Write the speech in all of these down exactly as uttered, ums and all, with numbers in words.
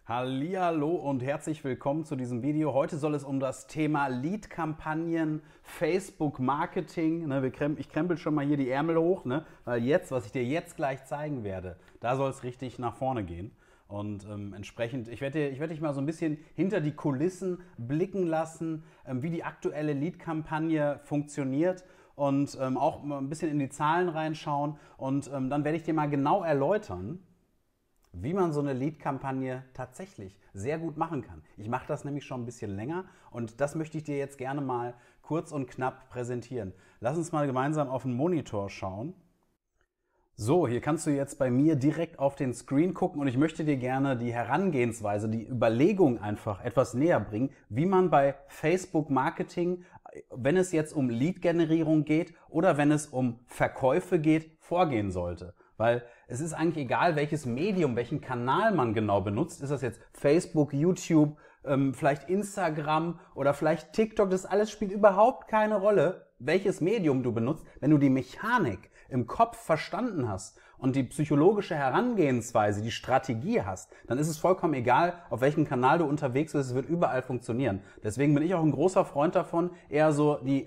Hallihallo und herzlich willkommen zu diesem Video. Heute soll es um das Thema Lead-Kampagnen, Facebook-Marketing. Ne, wir krem ich krempel schon mal hier die Ärmel hoch, ne, weil jetzt, was ich dir jetzt gleich zeigen werde, da soll es richtig nach vorne gehen. Und ähm, entsprechend, ich werde ich werd dich mal so ein bisschen hinter die Kulissen blicken lassen, ähm, wie die aktuelle Lead-Kampagne funktioniert und ähm, auch mal ein bisschen in die Zahlen reinschauen. Und ähm, dann werde ich dir mal genau erläutern, wie man so eine Lead-Kampagne tatsächlich sehr gut machen kann. Ich mache das nämlich schon ein bisschen länger und das möchte ich dir jetzt gerne mal kurz und knapp präsentieren. Lass uns mal gemeinsam auf den Monitor schauen. So, hier kannst du jetzt bei mir direkt auf den Screen gucken und ich möchte dir gerne die Herangehensweise, die Überlegung einfach etwas näher bringen, wie man bei Facebook Marketing, wenn es jetzt um Lead-Generierung geht oder wenn es um Verkäufe geht, vorgehen sollte. Weil es ist eigentlich egal, welches Medium, welchen Kanal man genau benutzt. Ist das jetzt Facebook, YouTube, ähm, vielleicht Instagram oder vielleicht TikTok? Das alles spielt überhaupt keine Rolle, welches Medium du benutzt. Wenn du die Mechanik im Kopf verstanden hast und die psychologische Herangehensweise, die Strategie hast, dann ist es vollkommen egal, auf welchem Kanal du unterwegs bist, es wird überall funktionieren. Deswegen bin ich auch ein großer Freund davon, eher so die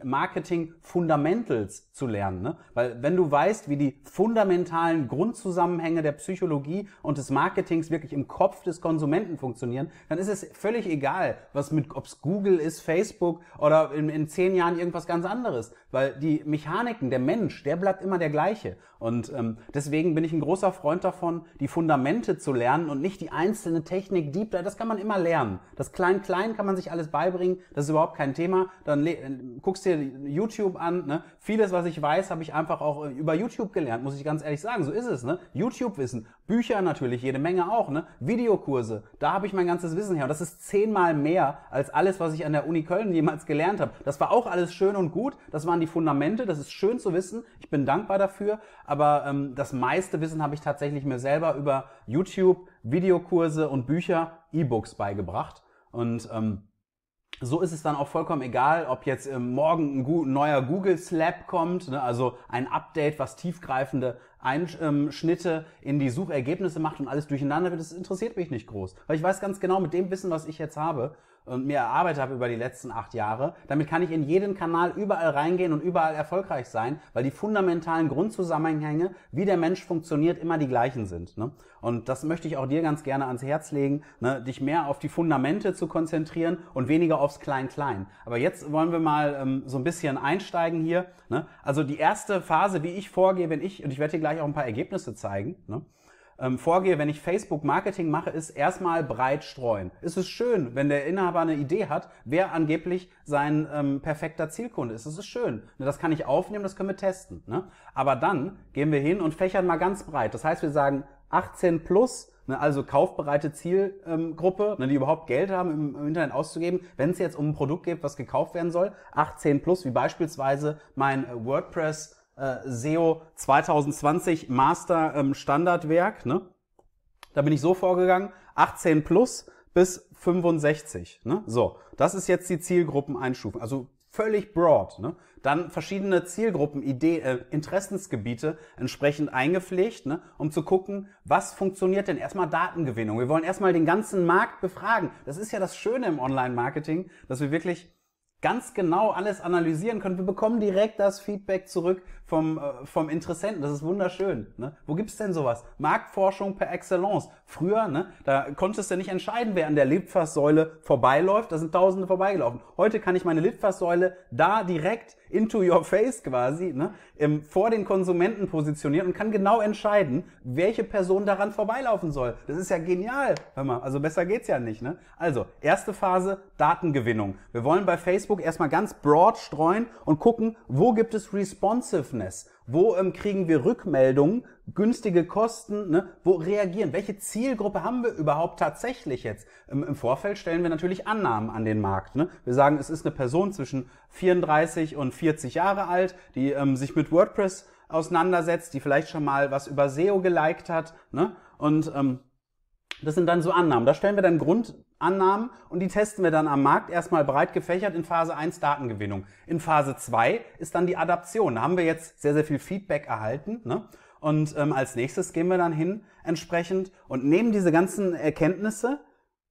Marketing-Fundamentals zu lernen. Ne? Weil wenn du weißt, wie die fundamentalen Grundzusammenhänge der Psychologie und des Marketings wirklich im Kopf des Konsumenten funktionieren, dann ist es völlig egal, was mit, ob es Google ist, Facebook oder in, in zehn Jahren irgendwas ganz anderes. Weil die Mechaniken, der Mensch, der bleibt immer der gleiche. Und ähm, deswegen bin ich ein großer Freund davon, die Fundamente zu lernen und nicht die einzelne Technik, Deep Dive, das kann man immer lernen. Das Klein-Klein kann man sich alles beibringen, das ist überhaupt kein Thema. Dann guckst dir YouTube an. Ne? Vieles, was ich weiß, habe ich einfach auch über YouTube gelernt, muss ich ganz ehrlich sagen. So ist es. Ne? YouTube-Wissen, Bücher natürlich, jede Menge auch. Ne? Videokurse, da habe ich mein ganzes Wissen her. Und das ist zehnmal mehr als alles, was ich an der Uni Köln jemals gelernt habe. Das war auch alles schön und gut, das waren die Fundamente, das ist schön zu wissen. Ich bin dankbar dafür. Aber ähm, das meiste Wissen habe ich tatsächlich mir selber über YouTube, Videokurse und Bücher, E-Books beigebracht. Und ähm, so ist es dann auch vollkommen egal, ob jetzt ähm, morgen ein, ein neuer Google Slap kommt, ne, also ein Update, was tiefgreifende Einschnitte in die Suchergebnisse macht und alles durcheinander wird. Das interessiert mich nicht groß. Weil ich weiß ganz genau, mit dem Wissen, was ich jetzt habe und mir erarbeitet habe über die letzten acht Jahre, damit kann ich in jeden Kanal überall reingehen und überall erfolgreich sein, weil die fundamentalen Grundzusammenhänge, wie der Mensch funktioniert, immer die gleichen sind. Ne? Und das möchte ich auch dir ganz gerne ans Herz legen, ne? Dich mehr auf die Fundamente zu konzentrieren und weniger aufs Klein-Klein. Aber jetzt wollen wir mal ähm, so ein bisschen einsteigen hier. Ne? Also die erste Phase, wie ich vorgehe, wenn ich, und ich werde dir gleich auch ein paar Ergebnisse zeigen, ne? ähm, vorgehe, wenn ich Facebook-Marketing mache, ist erstmal breit streuen. Es ist schön, wenn der Inhaber eine Idee hat, wer angeblich sein ähm, perfekter Zielkunde ist. Das ist schön. Das kann ich aufnehmen, das können wir testen. Ne? Aber dann gehen wir hin und fächern mal ganz breit. Das heißt, wir sagen achtzehn plus, ne, also kaufbereite Zielgruppe, ne, die überhaupt Geld haben, im, im Internet auszugeben. Wenn es jetzt um ein Produkt geht, was gekauft werden soll, achtzehn plus, wie beispielsweise mein äh, WordPress äh, S E O zwanzig zwanzig Master ähm, Standardwerk. Ne? Da bin ich so vorgegangen, achtzehn plus bis fünfundsechzig. Ne? So, das ist jetzt die Zielgruppeneinstufung. Also völlig broad. Ne? Dann verschiedene Zielgruppen, Ideen, äh, Interessensgebiete entsprechend eingepflegt, ne? Um zu gucken, was funktioniert denn? Erstmal Datengewinnung. Wir wollen erstmal den ganzen Markt befragen. Das ist ja das Schöne im Online-Marketing, dass wir wirklich ganz genau alles analysieren können. Wir bekommen direkt das Feedback zurück vom, äh, vom Interessenten. Das ist wunderschön. Ne? Wo gibt's denn sowas? Marktforschung per Excellence. Früher, ne, da konntest du nicht entscheiden, wer an der Litfaßsäule vorbeiläuft. Da sind Tausende vorbeigelaufen. Heute kann ich meine Litfaßsäule da direkt into your face quasi, ne, im, vor den Konsumenten positionieren und kann genau entscheiden, welche Person daran vorbeilaufen soll. Das ist ja genial. Hör mal, also besser geht's ja nicht. Ne? Also, erste Phase, Datengewinnung. Wir wollen bei Facebook erstmal ganz broad streuen und gucken, wo gibt es Responsiveness? Wo ähm, kriegen wir Rückmeldungen, günstige Kosten, ne? Wo reagieren? Welche Zielgruppe haben wir überhaupt tatsächlich jetzt? Im, im Vorfeld stellen wir natürlich Annahmen an den Markt. Ne? Wir sagen, es ist eine Person zwischen vierunddreißig und vierzig Jahre alt, die ähm, sich mit WordPress auseinandersetzt, die vielleicht schon mal was über S E O geliked hat. Ne? Und ähm, das sind dann so Annahmen. Da stellen wir dann Grundannahmen und die testen wir dann am Markt erstmal breit gefächert in Phase eins Datengewinnung. In Phase zwei ist dann die Adaption. Da haben wir jetzt sehr, sehr viel Feedback erhalten. Ne? Und ähm, als nächstes gehen wir dann hin entsprechend und nehmen diese ganzen Erkenntnisse,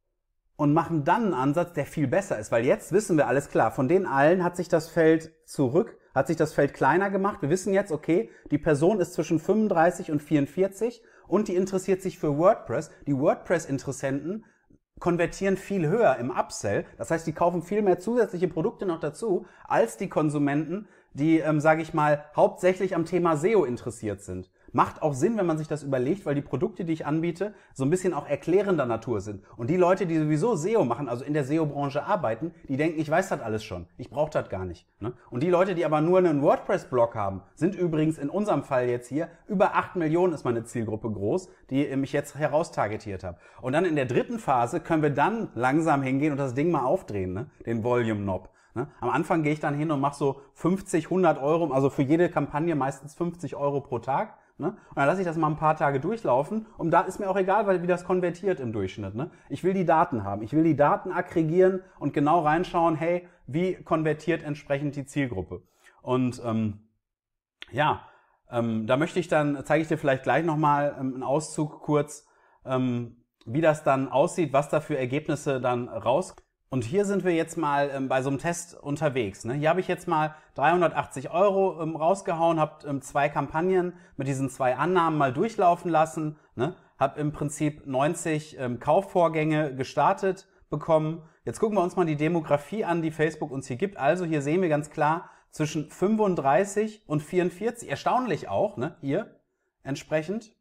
und machen dann einen Ansatz, der viel besser ist. Weil jetzt wissen wir alles klar, von den allen hat sich das Feld zurück, hat sich das Feld kleiner gemacht. Wir wissen jetzt, okay, die Person ist zwischen fünfunddreißig und vierundvierzig und die interessiert sich für WordPress. Die WordPress-Interessenten konvertieren viel höher im Upsell. Das heißt, die kaufen viel mehr zusätzliche Produkte noch dazu, als die Konsumenten, die, ähm, sage ich mal, hauptsächlich am Thema S E O interessiert sind. Macht auch Sinn, wenn man sich das überlegt, weil die Produkte, die ich anbiete, so ein bisschen auch erklärender Natur sind. Und die Leute, die sowieso S E O machen, also in der S E O-Branche arbeiten, die denken, ich weiß das alles schon. Ich brauche das gar nicht. Ne? Und die Leute, die aber nur einen WordPress-Blog haben, sind übrigens in unserem Fall jetzt hier, über acht Millionen ist meine Zielgruppe groß, die ich jetzt heraustargetiert habe. Und dann in der dritten Phase können wir dann langsam hingehen und das Ding mal aufdrehen, ne? Den Volume-Knob. Ne? Am Anfang gehe ich dann hin und mache so fünfzig, hundert Euro, also für jede Kampagne meistens fünfzig Euro pro Tag. Ne? Und dann lasse ich das mal ein paar Tage durchlaufen und da ist mir auch egal, weil wie das konvertiert im Durchschnitt. Ne? Ich will die Daten haben. Ich will die Daten aggregieren und genau reinschauen, hey, wie konvertiert entsprechend die Zielgruppe. Und ähm, ja, ähm, da möchte ich dann, zeige ich dir vielleicht gleich nochmal ähm, einen Auszug kurz, ähm, wie das dann aussieht, was da für Ergebnisse dann rauskommen. Und hier sind wir jetzt mal ähm, bei so einem Test unterwegs. Ne? Hier habe ich jetzt mal dreihundertachtzig Euro ähm, rausgehauen, habe ähm, zwei Kampagnen mit diesen zwei Annahmen mal durchlaufen lassen, ne? Habe im Prinzip neunzig ähm, Kaufvorgänge gestartet bekommen. Jetzt gucken wir uns mal die Demografie an, die Facebook uns hier gibt. Also hier sehen wir ganz klar zwischen fünfunddreißig und vierundvierzig, erstaunlich auch, ne? Hier entsprechend,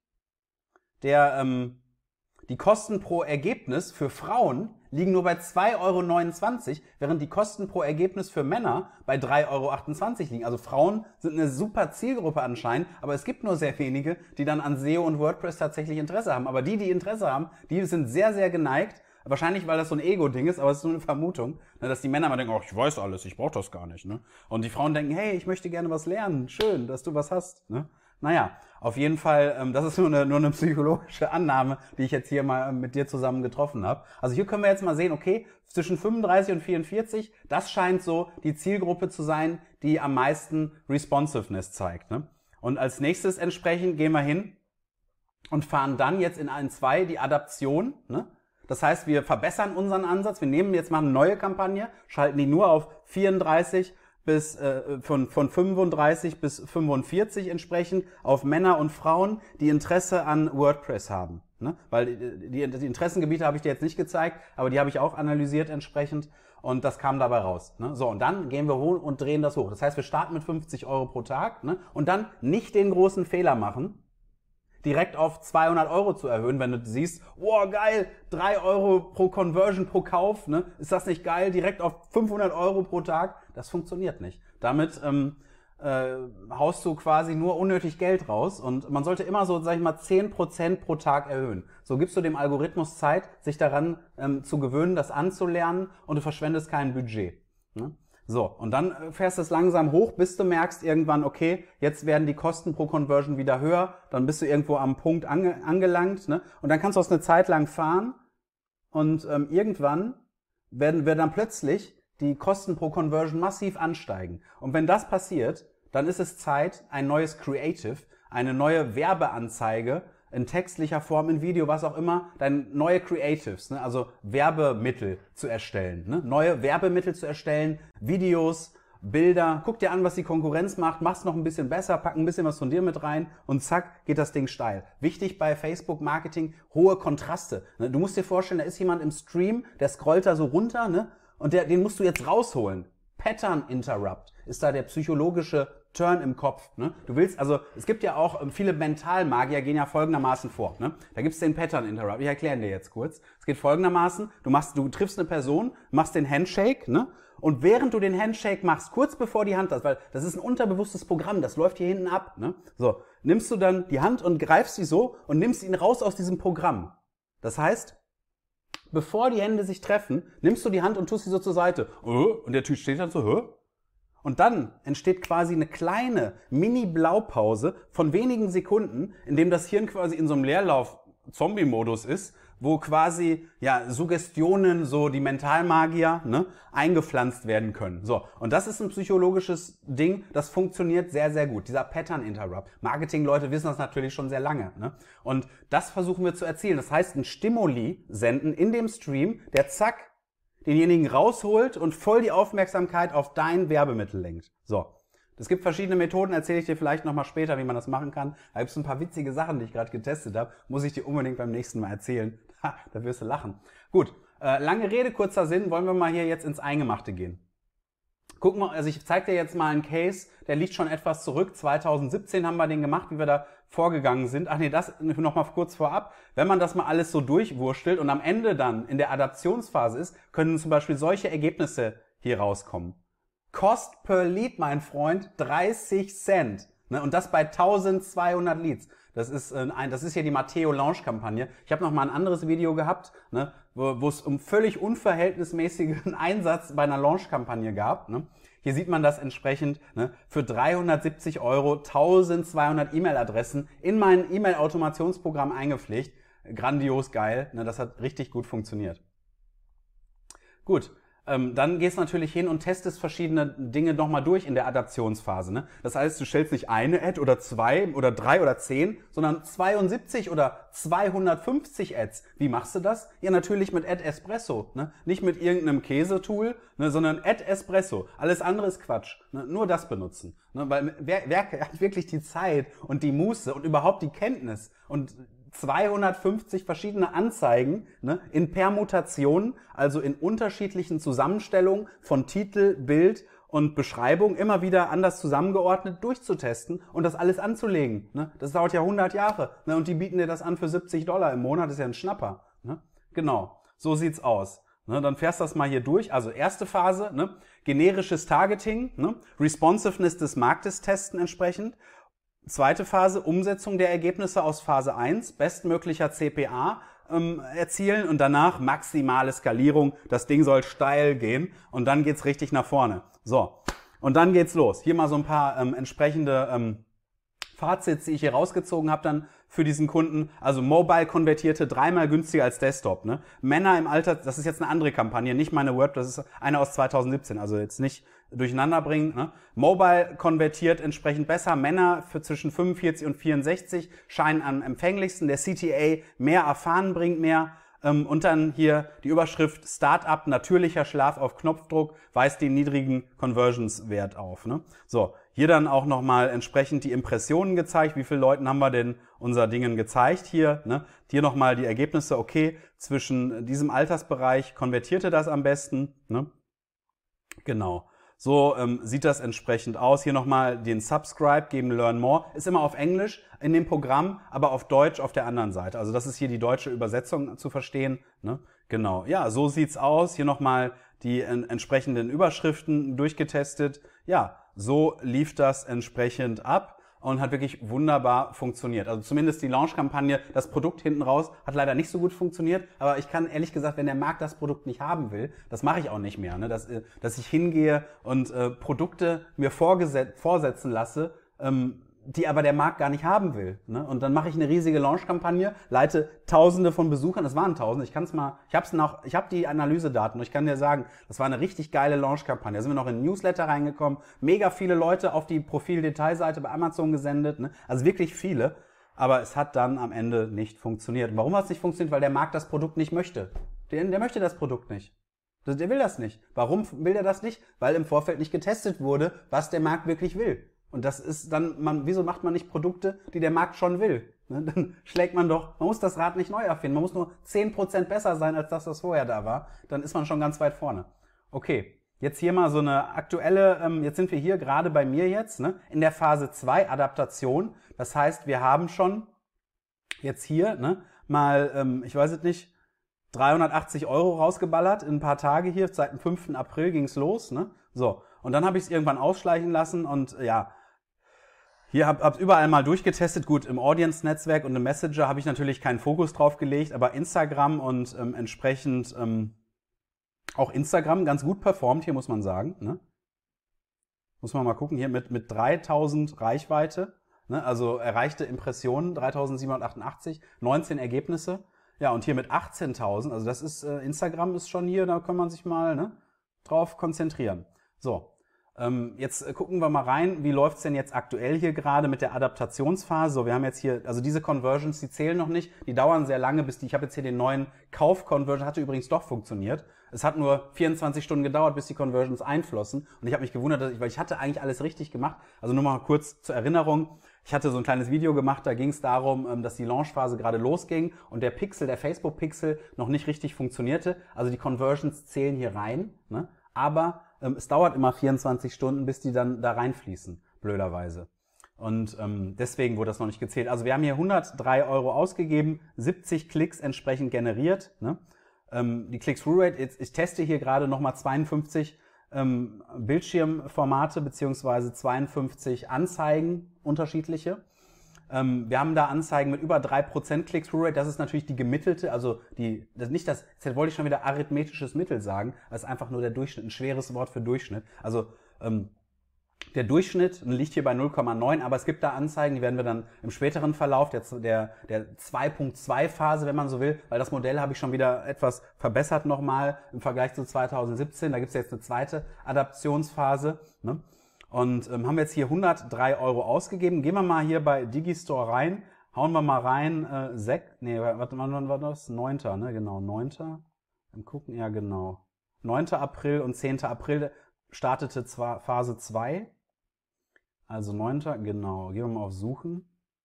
der, ähm, die Kosten pro Ergebnis für Frauen liegen nur bei zwei Euro neunundzwanzig, während die Kosten pro Ergebnis für Männer bei drei Euro achtundzwanzig liegen. Also Frauen sind eine super Zielgruppe anscheinend, aber es gibt nur sehr wenige, die dann an S E O und WordPress tatsächlich Interesse haben. Aber die, die Interesse haben, die sind sehr, sehr geneigt. Wahrscheinlich, weil das so ein Ego-Ding ist, aber es ist nur eine Vermutung, dass die Männer mal denken, oh, ich weiß alles, ich brauche das gar nicht. Ne? Und die Frauen denken, hey, ich möchte gerne was lernen, schön, dass du was hast. Ne? Naja, auf jeden Fall, ähm, das ist nur eine, nur eine psychologische Annahme, die ich jetzt hier mal mit dir zusammen getroffen habe. Also hier können wir jetzt mal sehen, okay, zwischen fünfunddreißig und vierundvierzig, das scheint so die Zielgruppe zu sein, die am meisten Responsiveness zeigt. Ne? Und als nächstes entsprechend gehen wir hin und fahren dann jetzt in eins Punkt zwei die Adaption. Ne? Das heißt, wir verbessern unseren Ansatz, wir nehmen jetzt mal eine neue Kampagne, schalten die nur auf vierunddreißig bis äh, von, von fünfunddreißig bis fünfundvierzig entsprechend auf Männer und Frauen, die Interesse an WordPress haben. Ne? Weil die, die Interessengebiete habe ich dir jetzt nicht gezeigt, aber die habe ich auch analysiert entsprechend und das kam dabei raus. Ne? So, und dann gehen wir hoch und drehen das hoch. Das heißt, wir starten mit fünfzig Euro pro Tag, ne? Und dann nicht den großen Fehler machen, direkt auf zweihundert Euro zu erhöhen, wenn du siehst, wow, geil, drei Euro pro Conversion pro Kauf, ne? Ist das nicht geil? Direkt auf fünfhundert Euro pro Tag? Das funktioniert nicht. Damit ähm, äh, haust du quasi nur unnötig Geld raus und man sollte immer so, sag ich mal, zehn Prozent pro Tag erhöhen. So gibst du dem Algorithmus Zeit, sich daran ähm, zu gewöhnen, das anzulernen und du verschwendest kein Budget. Ne? So, und dann fährst du es langsam hoch, bis du merkst irgendwann, okay, jetzt werden die Kosten pro Conversion wieder höher, dann bist du irgendwo am Punkt ange angelangt, ne? Und dann kannst du das eine Zeit lang fahren und ähm, irgendwann werden wir dann plötzlich die Kosten pro Conversion massiv ansteigen. Und wenn das passiert, dann ist es Zeit, ein neues Creative, eine neue Werbeanzeige in textlicher Form, in Video, was auch immer, dann neue Creatives, ne, also Werbemittel zu erstellen, ne, neue Werbemittel zu erstellen, Videos, Bilder, guck dir an, was die Konkurrenz macht, mach's noch ein bisschen besser, pack ein bisschen was von dir mit rein und zack, geht das Ding steil. Wichtig bei Facebook-Marketing, hohe Kontraste. Ne, du musst dir vorstellen, da ist jemand im Stream, der scrollt da so runter, ne, und der, den musst du jetzt rausholen. Pattern Interrupt ist da der psychologische Turn im Kopf. Ne? Du willst, also es gibt ja auch, viele Mentalmagier gehen ja folgendermaßen vor. Ne? Da gibt es den Pattern Interrupt. Ich erkläre dir jetzt kurz. Es geht folgendermaßen, du machst, du triffst eine Person, machst den Handshake, ne? Und während du den Handshake machst, kurz bevor die Hand das, weil das ist ein unterbewusstes Programm, das läuft hier hinten ab. Ne? So, nimmst du dann die Hand und greifst sie so und nimmst ihn raus aus diesem Programm. Das heißt, bevor die Hände sich treffen, nimmst du die Hand und tust sie so zur Seite. Und der Typ steht dann so, hä? Und dann entsteht quasi eine kleine Mini-Blaupause von wenigen Sekunden, in dem das Hirn quasi in so einem Leerlauf-Zombie-Modus ist, wo quasi ja Suggestionen, so die Mentalmagier, ne, eingepflanzt werden können. So, und das ist ein psychologisches Ding, das funktioniert sehr, sehr gut. Dieser Pattern Interrupt. Marketing-Leute wissen das natürlich schon sehr lange. Ne? Und das versuchen wir zu erzielen. Das heißt, ein Stimuli senden in dem Stream, der zack, denjenigen rausholt und voll die Aufmerksamkeit auf dein Werbemittel lenkt. So. Es gibt verschiedene Methoden, erzähle ich dir vielleicht nochmal später, wie man das machen kann. Da gibt es ein paar witzige Sachen, die ich gerade getestet habe. Muss ich dir unbedingt beim nächsten Mal erzählen. Ha, da wirst du lachen. Gut, äh, lange Rede, kurzer Sinn, wollen wir mal hier jetzt ins Eingemachte gehen. Guck mal, also ich zeige dir jetzt mal einen Case, der liegt schon etwas zurück. zweitausendsiebzehn haben wir den gemacht, wie wir da vorgegangen sind. Ach nee, das nochmal kurz vorab. Wenn man das mal alles so durchwurstelt und am Ende dann in der Adaptionsphase ist, können zum Beispiel solche Ergebnisse hier rauskommen. Cost per Lead, mein Freund, dreißig Cent. Ne? Und das bei eintausendzweihundert Leads. Das ist, äh, ein, das ist hier die Matteo-Launch-Kampagne. Ich habe noch mal ein anderes Video gehabt, ne, wo es um völlig unverhältnismäßigen Einsatz bei einer Launch-Kampagne gab. Ne? Hier sieht man das entsprechend, ne, für dreihundertsiebzig Euro eintausendzweihundert E-Mail-Adressen in mein E-Mail-Automationsprogramm eingepflegt. Grandios geil. Ne? Das hat richtig gut funktioniert. Gut. Ähm, dann gehst du natürlich hin und testest verschiedene Dinge nochmal durch in der Adaptionsphase. Ne? Das heißt, du stellst nicht eine Ad oder zwei oder drei oder zehn, sondern zweiundsiebzig oder zweihundertfünfzig Ads. Wie machst du das? Ja, natürlich mit Ad Espresso. Ne? Nicht mit irgendeinem Käsetool, ne, sondern Ad Espresso. Alles andere ist Quatsch. Ne? Nur das benutzen. Ne? Weil wer, wer hat wirklich die Zeit und die Muße und überhaupt die Kenntnis und zweihundertfünfzig verschiedene Anzeigen, ne, in Permutationen, also in unterschiedlichen Zusammenstellungen von Titel, Bild und Beschreibung, immer wieder anders zusammengeordnet durchzutesten und das alles anzulegen. Ne? Das dauert ja hundert Jahre. Ne? Und die bieten dir das an für siebzig Dollar im Monat, das ist ja ein Schnapper. Ne? Genau, so sieht's aus. Ne? Dann fährst du das mal hier durch. Also erste Phase, ne? Generisches Targeting, ne? Responsiveness des Marktes testen entsprechend. Zweite Phase, Umsetzung der Ergebnisse aus Phase eins, bestmöglicher C P A ähm, erzielen und danach maximale Skalierung. Das Ding soll steil gehen und dann geht's richtig nach vorne. So, und dann geht's los. Hier mal so ein paar ähm, entsprechende ähm, Fazits, die ich hier rausgezogen habe dann für diesen Kunden. Also Mobile konvertierte dreimal günstiger als Desktop. Ne? Männer im Alter, das ist jetzt eine andere Kampagne, nicht meine Word, das ist eine aus zweitausendsiebzehn, also jetzt nicht durcheinander bringen. Ne? Mobile konvertiert entsprechend besser. Männer für zwischen fünfundvierzig und vierundsechzig scheinen am empfänglichsten. Der C T A mehr erfahren bringt mehr. Ähm, und dann hier die Überschrift Startup, natürlicher Schlaf auf Knopfdruck, weist den niedrigen Conversionswert auf. Ne? So, hier dann auch nochmal entsprechend die Impressionen gezeigt. Wie viele Leuten haben wir denn unser Dingen gezeigt hier? Ne? Hier nochmal die Ergebnisse. Okay, zwischen diesem Altersbereich konvertierte das am besten. Ne? Genau. So ähm, sieht das entsprechend aus. Hier nochmal den Subscribe geben, Learn More. Ist immer auf Englisch in dem Programm, aber auf Deutsch auf der anderen Seite. Also das ist hier die deutsche Übersetzung zu verstehen. Ne? Genau. Ja, so sieht's aus. Hier nochmal die äh, entsprechenden Überschriften durchgetestet. Ja, so lief das entsprechend ab und hat wirklich wunderbar funktioniert. Also zumindest die Launch-Kampagne, das Produkt hinten raus hat leider nicht so gut funktioniert, aber ich kann ehrlich gesagt, wenn der Markt das Produkt nicht haben will, das mache ich auch nicht mehr, ne? dass, dass ich hingehe und äh, Produkte mir vorsetzen lasse, ähm, die aber der Markt gar nicht haben will. Ne? Und dann mache ich eine riesige Launch-Kampagne, leite Tausende von Besuchern, das waren Tausende, ich kann es mal, ich habe es noch, ich habe die Analysedaten und ich kann dir sagen, das war eine richtig geile Launch-Kampagne. Da sind wir noch in ein Newsletter reingekommen, mega viele Leute auf die Profil-Detailseite bei Amazon gesendet, ne? Also wirklich viele, aber es hat dann am Ende nicht funktioniert. Und warum hat es nicht funktioniert? Weil der Markt das Produkt nicht möchte. Der, der möchte das Produkt nicht. Der will das nicht. Warum will der das nicht? Weil im Vorfeld nicht getestet wurde, was der Markt wirklich will. Und das ist dann, man, wieso macht man nicht Produkte, die der Markt schon will? Ne? Dann schlägt man doch, man muss das Rad nicht neu erfinden, man muss nur zehn Prozent besser sein, als das, was vorher da war. Dann ist man schon ganz weit vorne. Okay, jetzt hier mal so eine aktuelle, ähm, jetzt sind wir hier gerade bei mir jetzt, ne, in der Phase zwei Adaptation. Das heißt, wir haben schon jetzt hier ne, mal, ähm, ich weiß es nicht, dreihundertachtzig Euro rausgeballert in ein paar Tage hier, seit dem fünften April ging's los. Ne? So, und dann habe ich es irgendwann ausschleichen lassen und ja, hier habe hab überall mal durchgetestet. Gut, im Audience-Netzwerk und im Messenger habe ich natürlich keinen Fokus drauf gelegt, aber Instagram und ähm, entsprechend ähm, auch Instagram ganz gut performt, hier muss man sagen. Ne? Muss man mal gucken, hier mit, mit dreitausend Reichweite, ne? Also erreichte Impressionen, dreitausendsiebenhundertachtundachtzig, neunzehn Ergebnisse. Ja, und hier mit achtzehntausend, also das ist, äh, Instagram ist schon hier, da kann man sich mal, ne, drauf konzentrieren. So, ähm, jetzt äh, gucken wir mal rein, wie läuft es denn jetzt aktuell hier gerade mit der Adaptationsphase. So, wir haben jetzt hier, also diese Conversions, die zählen noch nicht, die dauern sehr lange, bis die, ich habe jetzt hier den neuen Kauf-Conversion, hatte übrigens doch funktioniert. Es hat nur vierundzwanzig Stunden gedauert, bis die Conversions einflossen. Und ich habe mich gewundert, dass ich, weil ich hatte eigentlich alles richtig gemacht. Also nur mal kurz zur Erinnerung. Ich hatte so ein kleines Video gemacht, da ging es darum, dass die Launchphase gerade losging und der Pixel, der Facebook-Pixel, noch nicht richtig funktionierte. Also die Conversions zählen hier rein, ne? Aber ähm, es dauert immer vierundzwanzig Stunden, bis die dann da reinfließen, blöderweise. Und ähm, deswegen wurde das noch nicht gezählt. Also wir haben hier hundertdrei Euro ausgegeben, siebzig Klicks entsprechend generiert, ne? Ähm, die Click-Through-Rate, jetzt, ich teste hier gerade nochmal zweiundfünfzig ähm, Bildschirmformate beziehungsweise zweiundfünfzig Anzeigen, unterschiedliche. Ähm, wir haben da Anzeigen mit über drei Prozent Click-Through-Rate, das ist natürlich die gemittelte, also die, das, nicht das, jetzt wollte ich schon wieder arithmetisches Mittel sagen, das ist einfach nur der Durchschnitt, ein schweres Wort für Durchschnitt. Also ähm, der Durchschnitt liegt hier bei null Komma neun, aber es gibt da Anzeigen, die werden wir dann im späteren Verlauf der, der, der zwei Punkt zwei Phase, wenn man so will, weil das Modell habe ich schon wieder etwas verbessert nochmal im Vergleich zu zweitausendsiebzehn. Da gibt es jetzt eine zweite Adaptionsphase, ne? Und ähm, haben wir jetzt hier hundertdrei Euro ausgegeben. Gehen wir mal hier bei Digistore rein, hauen wir mal rein, äh, Sek, nee, warte mal, wann war das? neunter, ne, genau, neunter Dann gucken, ja genau. neunter April und zehnter April startete zwar Phase zwei. Also neunter genau. Gehen wir mal auf Suchen.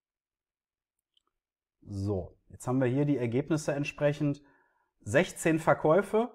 So, jetzt haben wir hier die Ergebnisse entsprechend. sechzehn Verkäufe.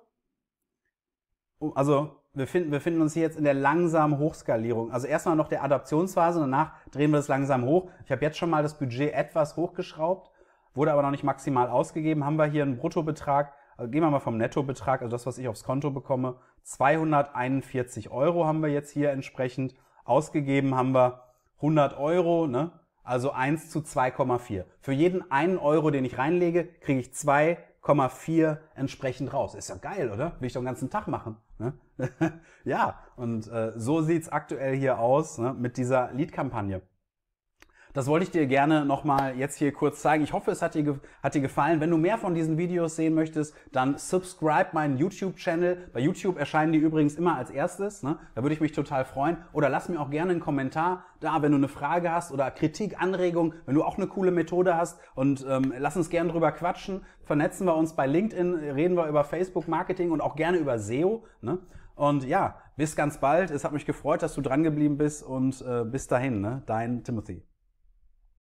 Also wir finden, wir finden uns hier jetzt in der langsamen Hochskalierung. Also erstmal noch der Adaptionsphase, danach drehen wir das langsam hoch. Ich habe jetzt schon mal das Budget etwas hochgeschraubt, wurde aber noch nicht maximal ausgegeben. Haben wir hier einen Bruttobetrag, also gehen wir mal vom Nettobetrag, also das, was ich aufs Konto bekomme, zweihunderteinundvierzig Euro haben wir jetzt hier entsprechend. Ausgegeben haben wir hundert Euro, ne? Also eins zu zwei Komma vier. Für jeden einen Euro, den ich reinlege, kriege ich zwei Komma vier entsprechend raus. Ist ja geil, oder? Will ich doch den ganzen Tag machen. Ne? Ja, und äh, so sieht es aktuell hier aus, ne, mit dieser Lead-Kampagne. Das wollte ich dir gerne nochmal jetzt hier kurz zeigen. Ich hoffe, es hat dir, hat dir gefallen. Wenn du mehr von diesen Videos sehen möchtest, dann subscribe meinen YouTube-Channel. Bei YouTube erscheinen die übrigens immer als erstes, ne? Da würde ich mich total freuen. Oder lass mir auch gerne einen Kommentar da, wenn du eine Frage hast oder Kritik, Anregung, wenn du auch eine coole Methode hast. Und ähm, lass uns gerne drüber quatschen. Vernetzen wir uns bei LinkedIn, reden wir über Facebook-Marketing und auch gerne über S E O. Ne? Und ja, bis ganz bald. Es hat mich gefreut, dass du dran geblieben bist. Und äh, bis dahin, ne? Dein Timothy.